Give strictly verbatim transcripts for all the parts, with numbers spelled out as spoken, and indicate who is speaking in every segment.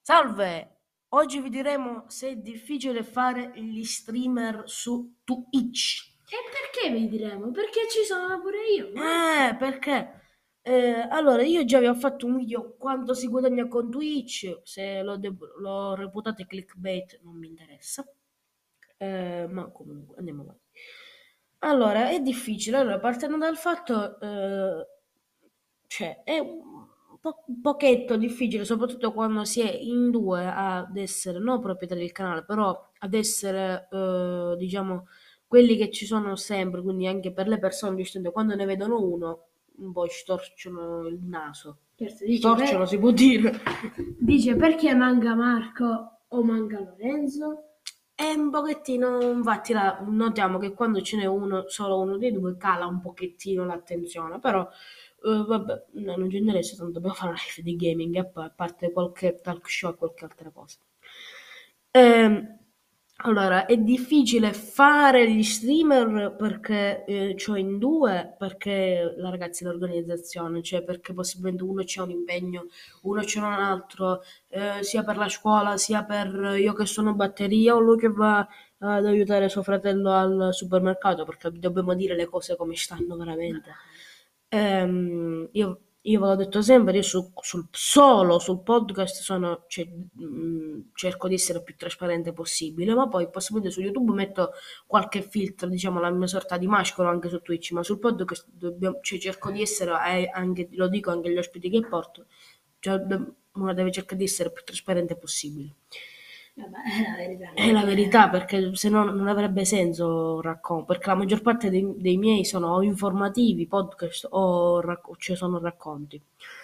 Speaker 1: Salve! Oggi vi diremo se è difficile fare gli streamer su Twitch.
Speaker 2: E perché vi diremo? Perché ci sono pure io, Marco.
Speaker 1: Eh, perché? Eh, allora, io già vi ho fatto un video quanto si guadagna con Twitch, se lo, deb- lo reputate clickbait non mi interessa. Eh, ma comunque, andiamo avanti. Allora, è difficile. Allora, partendo dal fatto, eh, cioè, è un po- un pochetto difficile, soprattutto quando si è in due ad essere non proprietari del canale, però ad essere, eh, diciamo, quelli che ci sono sempre, quindi anche per le persone, giustamente, quando ne vedono uno, un po' storcono il naso.
Speaker 2: Certo, dice,
Speaker 1: Storcono
Speaker 2: per-
Speaker 1: si può dire.
Speaker 2: dice perché manca Marco o manca Lorenzo?
Speaker 1: È un pochettino, infatti, la- notiamo che quando ce n'è uno, solo uno dei due, cala un pochettino l'attenzione, però, eh, vabbè, no, non ci interessa, tanto dobbiamo fare una live di gaming, a pa- a parte qualche talk show e qualche altra cosa. Ehm, allora, è difficile fare gli streamer perché, eh, cioè in due, perché la ragazzi l'organizzazione, cioè perché possibilmente uno c'è un impegno, uno c'è un altro, eh, sia per la scuola, sia per io che sono batteria o lui che va ad aiutare suo fratello al supermercato, perché dobbiamo dire le cose come stanno veramente. Ehm, io, io ve l'ho detto sempre, io su- sul, solo sul podcast sono, cioè, mh, cerco di essere il più trasparente possibile, ma poi possibilmente su YouTube metto qualche filtro, diciamo la mia sorta di maschera anche su Twitch, ma sul podcast dobbiamo- cioè, cerco di essere, eh, anche, lo dico anche agli ospiti che porto, cioè, de- uno deve cercare di essere il più trasparente possibile.
Speaker 2: Vabbè, è la verità, non
Speaker 1: È
Speaker 2: è
Speaker 1: la
Speaker 2: che...
Speaker 1: verità, perché se no non avrebbe senso racconto, perché la maggior parte dei, dei miei sono o informativi, podcast o racco- cioè sono racconti.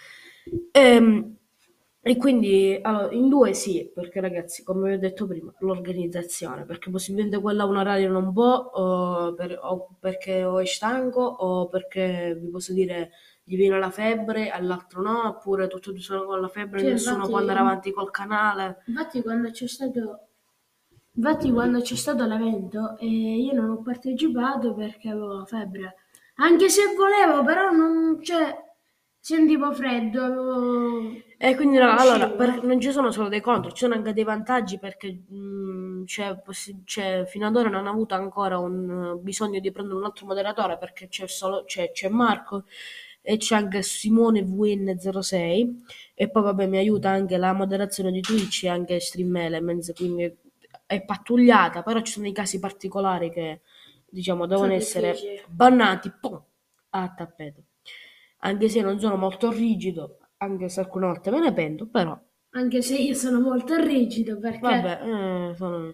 Speaker 1: Ehm, E, quindi allora, in due sì, perché ragazzi, come vi ho detto prima, l'organizzazione, perché possibilmente quella ha un orario non può, o, per- o perché o è stanco, o perché vi posso dire gli viene la febbre, all'altro no, oppure tutti e due sono con la febbre e
Speaker 2: Cioè,
Speaker 1: nessuno può andare
Speaker 2: infatti,
Speaker 1: avanti col canale.
Speaker 2: infatti quando c'è stato, infatti quando c'è stato l'evento, eh, io non ho partecipato perché avevo la febbre. Anche se volevo, però non, cioè, sentivo freddo, avevo-
Speaker 1: E quindi
Speaker 2: non
Speaker 1: no, allora,
Speaker 2: riuscivo,
Speaker 1: per-
Speaker 2: eh.
Speaker 1: non ci sono solo dei contro, ci sono anche dei vantaggi perché mh, c'è, possi- c'è- fino ad ora non ho avuto ancora un, eh, bisogno di prendere un altro moderatore perché c'è solo c'è, c'è Marco e c'è anche Simone V N zero sei e poi vabbè mi aiuta anche la moderazione di Twitch e anche Stream Elements, quindi è pattugliata, però ci sono dei casi particolari che diciamo devono
Speaker 2: Sono
Speaker 1: essere
Speaker 2: difficili.
Speaker 1: bannati pum, a tappeto. Anche se non sono molto rigido, anche se alcune volte me ne pento, però
Speaker 2: Anche se io sono molto rigido perché...
Speaker 1: vabbè, eh, sono...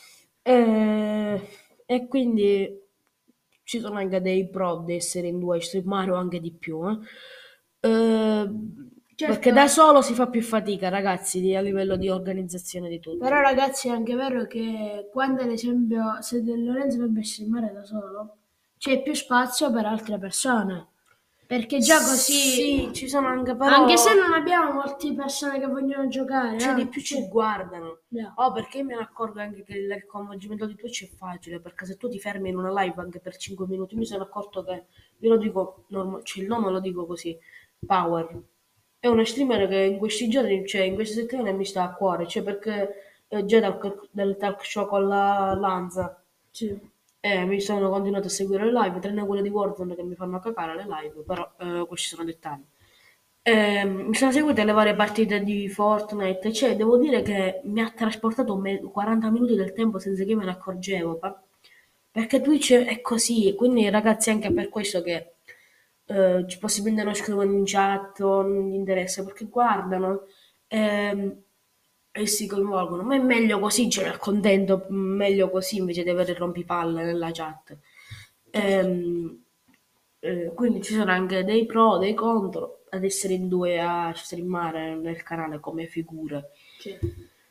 Speaker 1: eh, e quindi ci sono anche dei pro di essere in due streamare o anche di più, eh. Eh,
Speaker 2: Certo,
Speaker 1: perché da solo si fa più fatica, ragazzi, di- a livello di organizzazione di tutto.
Speaker 2: però ragazzi è anche vero che quando ad esempio se De Lorenzo dovrebbe streamare da solo, c'è più spazio per altre persone. Perché già così,
Speaker 1: Sì, ci sono anche
Speaker 2: anche se
Speaker 1: però
Speaker 2: non abbiamo molte persone che vogliono giocare,
Speaker 1: cioè di
Speaker 2: eh,
Speaker 1: più ci
Speaker 2: cioè,
Speaker 1: guardano.
Speaker 2: no.
Speaker 1: Oh, perché me ne accorgo anche che il coinvolgimento di Twitch è facile, perché se tu ti fermi in una live anche per cinque minuti, mi sono accorto che, io lo dico, norma- cioè il nome lo dico così, Power. È uno streamer che in questi giorni, cioè in queste settimane mi sta a cuore, cioè perché eh, già dal, dal talk show con la Lanza,
Speaker 2: Sì.
Speaker 1: eh, mi sono continuato a seguire le live, tranne quelle di Warzone che mi fanno cacare le live, però eh, questi sono dettagli. Ehm, mi sono seguite le varie partite di Fortnite, cioè devo dire che mi ha trasportato me- quaranta minuti del tempo senza che me ne accorgevo, pa- perché Twitch è così, quindi ragazzi anche per questo che eh, ci possibilmente non scrivono in chat o non gli interessa, perché guardano ehm, e si coinvolgono, ma è meglio così, ce ne accontento, meglio così invece di avere rompipalle nella chat.
Speaker 2: Certo.
Speaker 1: Ehm, eh, quindi ci sono anche dei pro, dei contro ad essere in due a streamare nel canale come figure.
Speaker 2: Sì.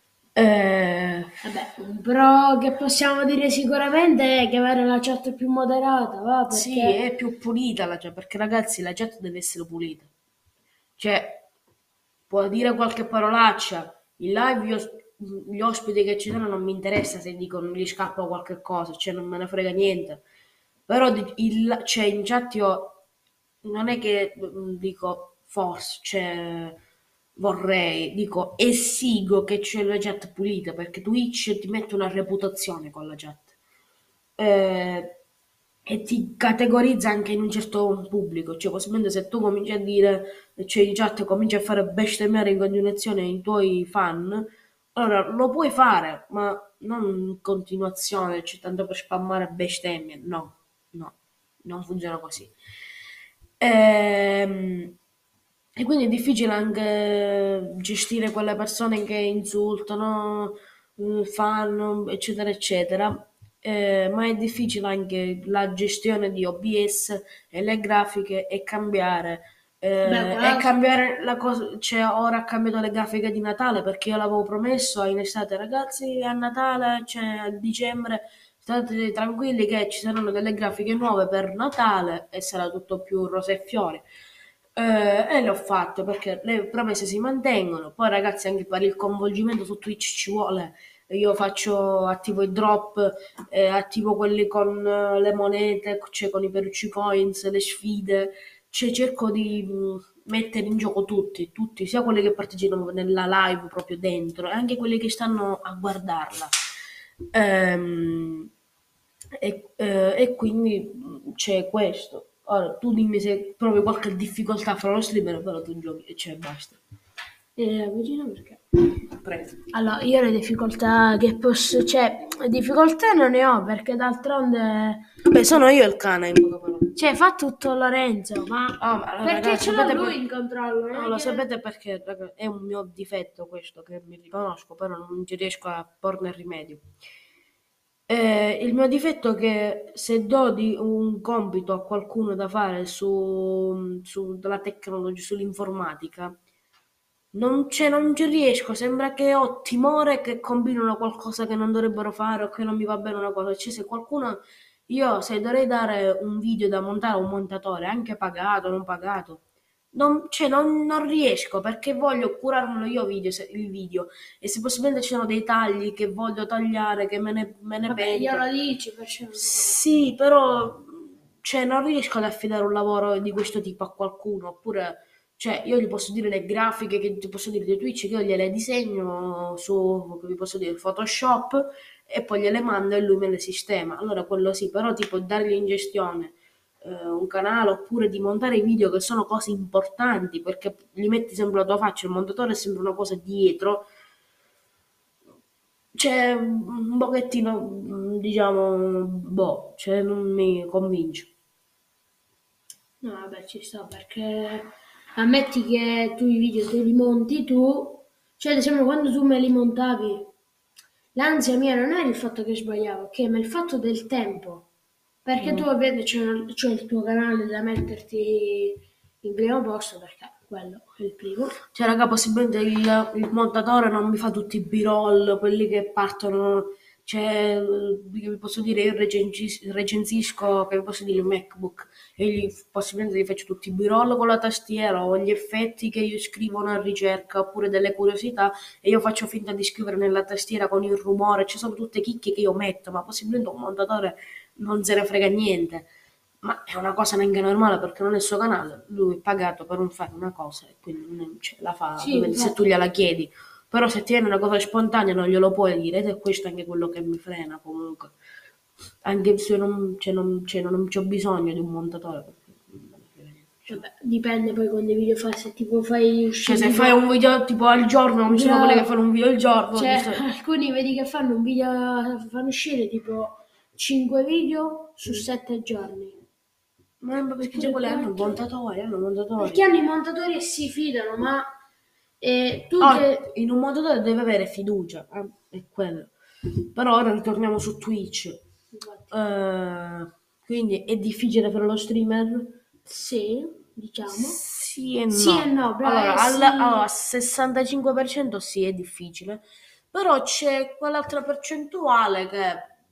Speaker 1: Eh,
Speaker 2: Vabbè, un pro che possiamo dire sicuramente è che avere la chat più moderata, va,
Speaker 1: sì,
Speaker 2: perché
Speaker 1: è più pulita la chat, perché ragazzi la chat deve essere pulita. Cioè, può dire qualche parolaccia. In live io- gli ospiti che ci sono non mi interessa se dicono gli scappa qualche cosa, cioè non me ne frega niente. Però di- il- cioè, in chat io non è che mm, dico forse, cioè, vorrei, dico, esigo che c'è la chat pulita perché Twitch ti mette una reputazione con la chat. Eh, e ti categorizza anche in un certo pubblico, cioè possibilmente se tu cominci a dire, cioè in chat cominci a fare bestemmiare in continuazione i tuoi fan, allora lo puoi fare, ma non in continuazione, cioè tanto per spammare bestemmie, no, no, non funziona così. Ehm, e quindi è difficile anche gestire quelle persone che insultano, eh, fanno, eccetera, eccetera. Eh, ma è difficile anche la gestione di O B S e le grafiche e cambiare.
Speaker 2: Beh,
Speaker 1: Eh, e
Speaker 2: quella sì.
Speaker 1: cambiare la cosa, cioè ora ha cambiato le grafiche di Natale perché io l'avevo promesso in estate, ragazzi, a Natale, cioè a dicembre, state tranquilli che ci saranno delle grafiche nuove per Natale e sarà tutto più rose e fiori. Eh, e l'ho fatto perché le promesse si mantengono. Poi, ragazzi, anche per il coinvolgimento su Twitch ci vuole. Io faccio attivo i drop, eh, attivo quelli con eh, le monete, cioè con i perucci coins, le sfide. Cioè, cerco di mh, mettere in gioco tutti, tutti, sia quelli che partecipano nella live proprio dentro, e anche quelli che stanno a guardarla. Ehm, e, eh, e quindi mh, c'è questo. Ora, tu dimmi se provi qualche difficoltà fra lo streamer, però tu giochi e c'è basta.
Speaker 2: Eh, vicino perché?
Speaker 1: Prego.
Speaker 2: Allora, io le difficoltà che posso, cioè, difficoltà non ne ho perché d'altronde,
Speaker 1: Beh, sono io il cane in poche parole.
Speaker 2: cioè, fa tutto Lorenzo, ma
Speaker 1: Ah, ma allora,
Speaker 2: perché
Speaker 1: ragazzi,
Speaker 2: ce l'ha
Speaker 1: sapete
Speaker 2: lui
Speaker 1: per...
Speaker 2: in controllo, non
Speaker 1: No,
Speaker 2: è
Speaker 1: lo
Speaker 2: che...
Speaker 1: sapete perché, raga, è un mio difetto questo che mi riconosco, però non ci riesco a porne rimedio. Eh, il mio difetto è che se do di un compito a qualcuno da fare su, sulla tecnologia, sull'informatica, non, c'è, non ci riesco, sembra che ho timore che combinino qualcosa che non dovrebbero fare o che non mi va bene una cosa. Cioè, se qualcuno, io se dovrei dare un video da montare a un montatore, anche pagato, non pagato, non, cioè, non, non riesco perché voglio curarmelo io video, se- il video e se possibilmente ci sono dei tagli che voglio tagliare, che me ne, me ne
Speaker 2: Vabbè,
Speaker 1: pento.
Speaker 2: glielo dici, perciò non lo farò.
Speaker 1: Sì, però cioè, non riesco ad affidare un lavoro di questo tipo a qualcuno, oppure cioè, io gli posso dire le grafiche, che ti posso dire di Twitch, che io gliele disegno su, che vi posso dire, Photoshop e poi gliele mando e lui me le sistema. Allora quello sì, però tipo dargli in gestione eh, un canale oppure di montare i video che sono cose importanti perché gli metti sempre la tua faccia, il montatore è sempre una cosa dietro, c'è un pochettino, mm, diciamo, boh, cioè non mi convince.
Speaker 2: No, vabbè, ci sta perché ammetti che tu i video te li monti tu, cioè ad esempio quando tu me li montavi, l'ansia mia non era il fatto che sbagliavo, ok, ma il fatto del tempo. Perché tu
Speaker 1: Mm.
Speaker 2: ovviamente c'è, c'è il tuo canale da metterti in primo posto, perché quello è il primo.
Speaker 1: Cioè, raga, possibilmente il, il montatore non mi fa tutti i b-roll, quelli che partono, cioè, eh, che vi posso dire, io recensis- recensisco, che vi posso dire, il MacBook, e gli, possibilmente gli faccio tutti i b-roll con la tastiera, o gli effetti che io scrivo una ricerca, oppure delle curiosità, e io faccio finta di scrivere nella tastiera con il rumore, ci sono tutte chicche che io metto, ma possibilmente un montatore non se ne frega niente. Ma è una cosa neanche normale perché non è il suo canale, lui è pagato per non fare una cosa e quindi non ce la fa,
Speaker 2: Sì,
Speaker 1: ovviamente se tu
Speaker 2: infatti.
Speaker 1: gliela chiedi, però se tiene una cosa spontanea non glielo puoi dire ed è questo anche quello che mi frena comunque, anche se non, cioè, non, cioè, non c'ho bisogno di un montatore, perché non me ne frega niente. Cioè,
Speaker 2: Vabbè, dipende poi quando i video fai, se tipo fai
Speaker 1: cioè,
Speaker 2: uscire
Speaker 1: se fai
Speaker 2: tipo...
Speaker 1: un video tipo al giorno, non ci sono quelli che
Speaker 2: Bravo.
Speaker 1: fanno un video al giorno,
Speaker 2: Cioè,
Speaker 1: giusto?
Speaker 2: alcuni vedi che fanno un video, fanno uscire tipo cinque video su sette giorni,
Speaker 1: Ma ma perché c'è
Speaker 2: oppure
Speaker 1: quelli hanno
Speaker 2: quattro.
Speaker 1: montatori, hanno
Speaker 2: Perché
Speaker 1: montatori.
Speaker 2: hanno i montatori e si fidano, ma eh, tu
Speaker 1: Oh,
Speaker 2: che...
Speaker 1: in un montatore deve avere fiducia, eh, è quello. Però ora ritorniamo su Twitch.
Speaker 2: Infatti,
Speaker 1: Eh, quindi è difficile per lo streamer?
Speaker 2: sì, diciamo.
Speaker 1: Sì e
Speaker 2: Sì e
Speaker 1: no.
Speaker 2: no, bra- eh,
Speaker 1: Allora, al allora,
Speaker 2: sì,
Speaker 1: sessantacinque per cento sì è difficile, però c'è quell'altra percentuale che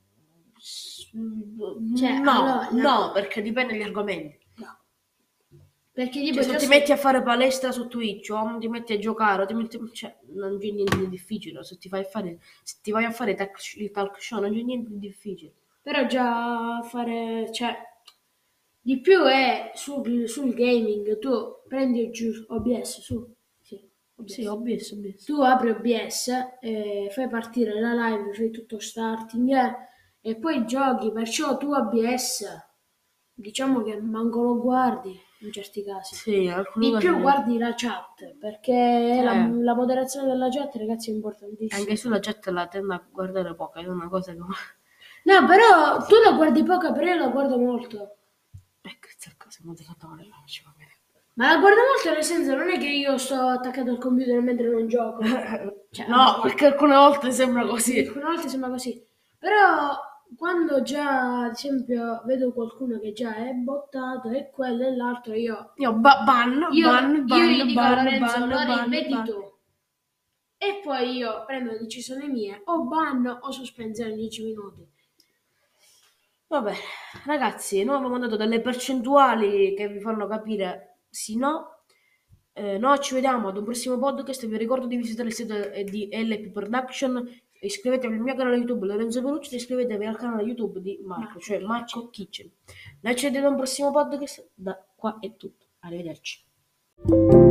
Speaker 2: cioè,
Speaker 1: no,
Speaker 2: allora, la-
Speaker 1: no, perché dipende dagli argomenti.
Speaker 2: no. Perché
Speaker 1: Cioè,
Speaker 2: tipo
Speaker 1: se
Speaker 2: già
Speaker 1: ti metti
Speaker 2: se...
Speaker 1: a fare palestra su Twitch o ti metti a giocare, o ti metti... cioè, non c'è niente di difficile. Se ti fai a fare, se ti vai a fare talk- il talk show, non c'è niente di difficile.
Speaker 2: Però già fare... cioè, di più è sul, sul gaming, tu prendi giù O B S, su, sì.
Speaker 1: Sì,
Speaker 2: O B S.
Speaker 1: O B S, O B S.
Speaker 2: Tu apri O B S, eh, fai partire la live, fai tutto starting eh, e poi giochi, perciò tu O B S diciamo che manco lo guardi in certi casi.
Speaker 1: Sì, in alcuni
Speaker 2: Di
Speaker 1: casi
Speaker 2: più
Speaker 1: neanche.
Speaker 2: guardi la chat, perché la,
Speaker 1: Eh,
Speaker 2: la moderazione della chat, ragazzi, è
Speaker 1: anche
Speaker 2: importantissima.
Speaker 1: sulla chat la tendo a guardare poco, è una cosa che...
Speaker 2: No, però tu la guardi poca, però io la guardo molto.
Speaker 1: Ecco, questa cosa moderatore, ci va bene.
Speaker 2: Ma la guardo molto nel senso, non è che io sto attaccato al computer mentre non gioco. Cioè,
Speaker 1: No,
Speaker 2: vabbè,
Speaker 1: perché alcune volte sembra
Speaker 2: sì,
Speaker 1: così.
Speaker 2: alcune volte sembra così. Però quando già, ad esempio, vedo qualcuno che già è bottato e quello e l'altro, io,
Speaker 1: Io ba- ban,
Speaker 2: io,
Speaker 1: ban,
Speaker 2: io
Speaker 1: ban,
Speaker 2: gli dico a
Speaker 1: ban,
Speaker 2: Lorenzo,
Speaker 1: ban,
Speaker 2: Lori,
Speaker 1: ban,
Speaker 2: vedi
Speaker 1: ban.
Speaker 2: tu. E poi io prendo le decisioni mie, o banno o sospensione dieci minuti.
Speaker 1: Vabbè, ragazzi, noi abbiamo dato delle percentuali che vi fanno capire sì no. Eh, noi ci vediamo ad un prossimo podcast. Vi ricordo di visitare il sito eh, di L P Production. Iscrivetevi al mio canale YouTube Lorenzo Pelucci e iscrivetevi al canale YouTube di Marco,
Speaker 2: Marco
Speaker 1: cioè
Speaker 2: Kitchen.
Speaker 1: Marco Kitchen. Noi ci vediamo ad un prossimo podcast. Da qua è tutto. Arrivederci.